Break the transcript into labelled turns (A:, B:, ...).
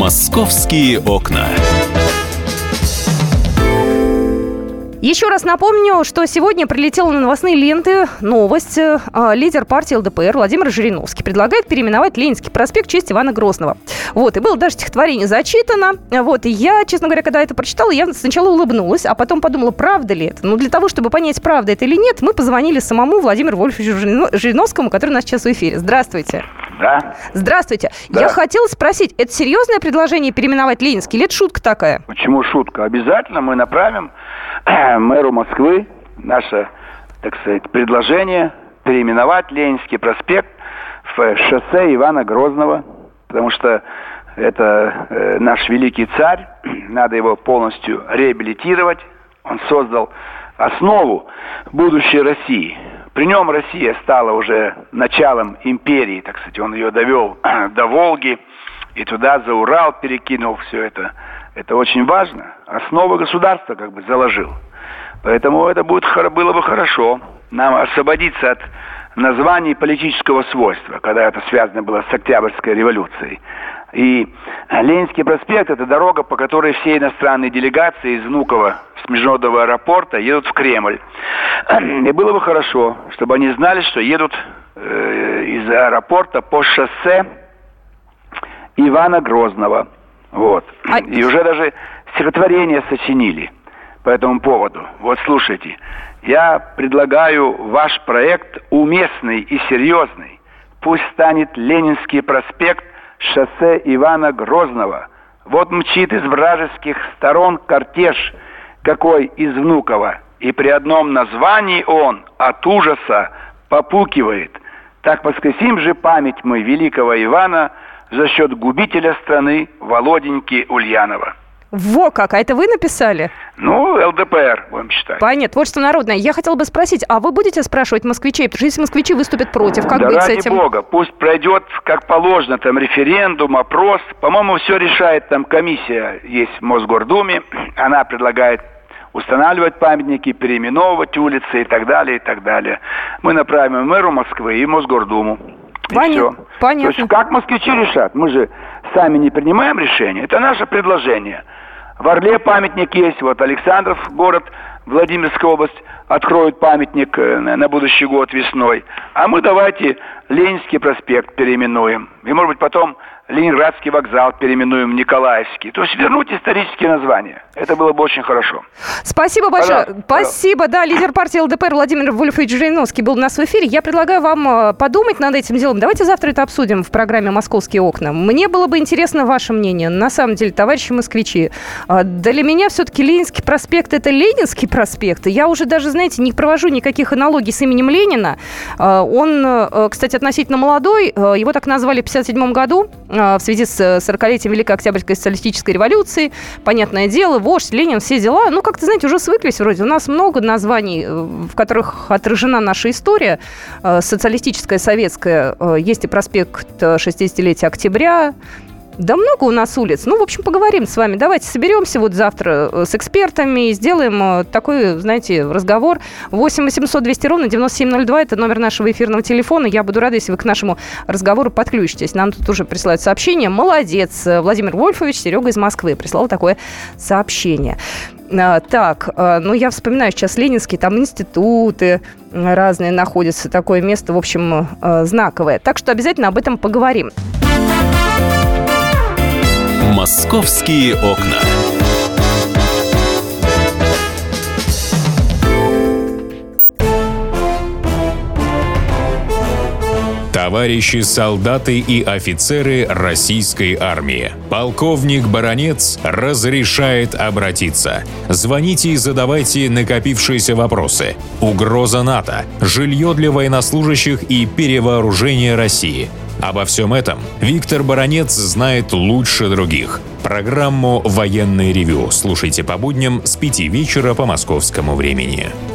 A: «Московские окна».
B: Еще раз напомню, что сегодня прилетела на новостные ленты новость. Лидер партии ЛДПР Владимир Жириновский предлагает переименовать Ленинский проспект в честь Ивана Грозного. Вот, и было даже стихотворение зачитано. Вот, и я, честно говоря, когда это прочитала, я сначала улыбнулась, а потом подумала, правда ли это. Но для того, чтобы понять, правда это или нет, мы позвонили самому Владимиру Вольфовичу Жириновскому, который у нас сейчас в эфире. Здравствуйте.
C: Да.
B: Здравствуйте.
C: Да.
B: Я хотела спросить, это серьезное предложение переименовать Ленинский или это шутка такая?
C: Почему шутка? Обязательно мы направим мэру Москвы наше, так сказать, предложение переименовать Ленинский проспект в шоссе Ивана Грозного, потому что это наш великий царь, надо его полностью реабилитировать. Он создал основу будущей России. При нем Россия стала уже началом империи, так сказать, он ее довел до Волги и туда за Урал перекинул все это. Это очень важно. Основу государства как бы заложил. Поэтому это было бы хорошо нам освободиться от названий политического свойства, когда это связано было с Октябрьской революцией. И Ленинский проспект – это дорога, по которой все иностранные делегации из Внуково с международного аэропорта едут в Кремль. И было бы хорошо, чтобы они знали, что едут из аэропорта по шоссе Ивана Грозного. Вот. И уже даже стихотворение сочинили по этому поводу. Вот слушайте. Я предлагаю ваш проект уместный и серьезный. Пусть станет Ленинский проспект шоссе Ивана Грозного. Вот мчит из вражеских сторон кортеж, какой из Внуково. И при одном названии он от ужаса попукивает. Так воскресим же память мы великого Ивана за счет губителя страны Володеньки Ульянова.
B: Во как! А это вы написали?
C: Ну, ЛДПР, будем считать.
B: Понятно, творчество народное. Я хотела бы спросить, а вы будете спрашивать москвичей? Потому что если москвичи выступят против, как
C: да
B: быть с
C: ради
B: этим?
C: Бога, пусть пройдет как положено, там референдум, опрос. По-моему, все решает там комиссия, есть в Мосгордуме. Она предлагает устанавливать памятники, переименовывать улицы и так далее, и так далее. Мы направим мэру Москвы и Мосгордуму.
B: Понятно.
C: То есть как москвичи решат? Мы же сами не принимаем решения. Это наше предложение. В Орле памятник есть. Вот Александров, город, Владимирская область, откроют памятник на будущий год весной. А мы давайте Ленинский проспект переименуем. И, может быть, потом Ленинградский вокзал переименуем в Николаевский. То есть вернуть исторические названия. Это было бы очень хорошо.
B: Спасибо большое. Спасибо. Да, лидер партии ЛДПР Владимир Вольфович Жириновский был у нас в эфире. Я предлагаю вам подумать над этим делом. Давайте завтра это обсудим в программе «Московские окна». Мне было бы интересно ваше мнение. На самом деле, товарищи москвичи, для меня все-таки Ленинский проспект – это Ленинский проспект. Я уже даже, знаете, не провожу никаких аналогий с именем Ленина. Он, кстати, относительно молодой. Его так назвали в 1957 году. В связи с 40-летием Великой Октябрьской социалистической революции. Понятное дело, вождь, Ленин, все дела. Ну, как-то, знаете, уже свыклись вроде. У нас много названий, в которых отражена наша история. Социалистическая, советская. Есть и проспект 60-летия октября. Да много у нас улиц. Ну, в общем, поговорим с вами. Давайте соберемся вот завтра с экспертами и сделаем такой, знаете, разговор. 8 800 200 ровно 9702. Это номер нашего эфирного телефона. Я буду рада, если вы к нашему разговору подключитесь. Нам тут уже присылают сообщение. Молодец. Владимир Вольфович, Серега из Москвы прислал такое сообщение. Так, ну, я вспоминаю сейчас Ленинские, там институты разные находятся. Такое место, в общем, знаковое. Так что обязательно об этом поговорим.
A: «Московские окна». Товарищи солдаты и офицеры российской армии. Полковник Баранец разрешает обратиться. Звоните и задавайте накопившиеся вопросы. Угроза НАТО, жилье для военнослужащих и перевооружение России. Обо всем этом Виктор Баранец знает лучше других. Программу «Военное ревю» слушайте по будням с 5 вечера по московскому времени.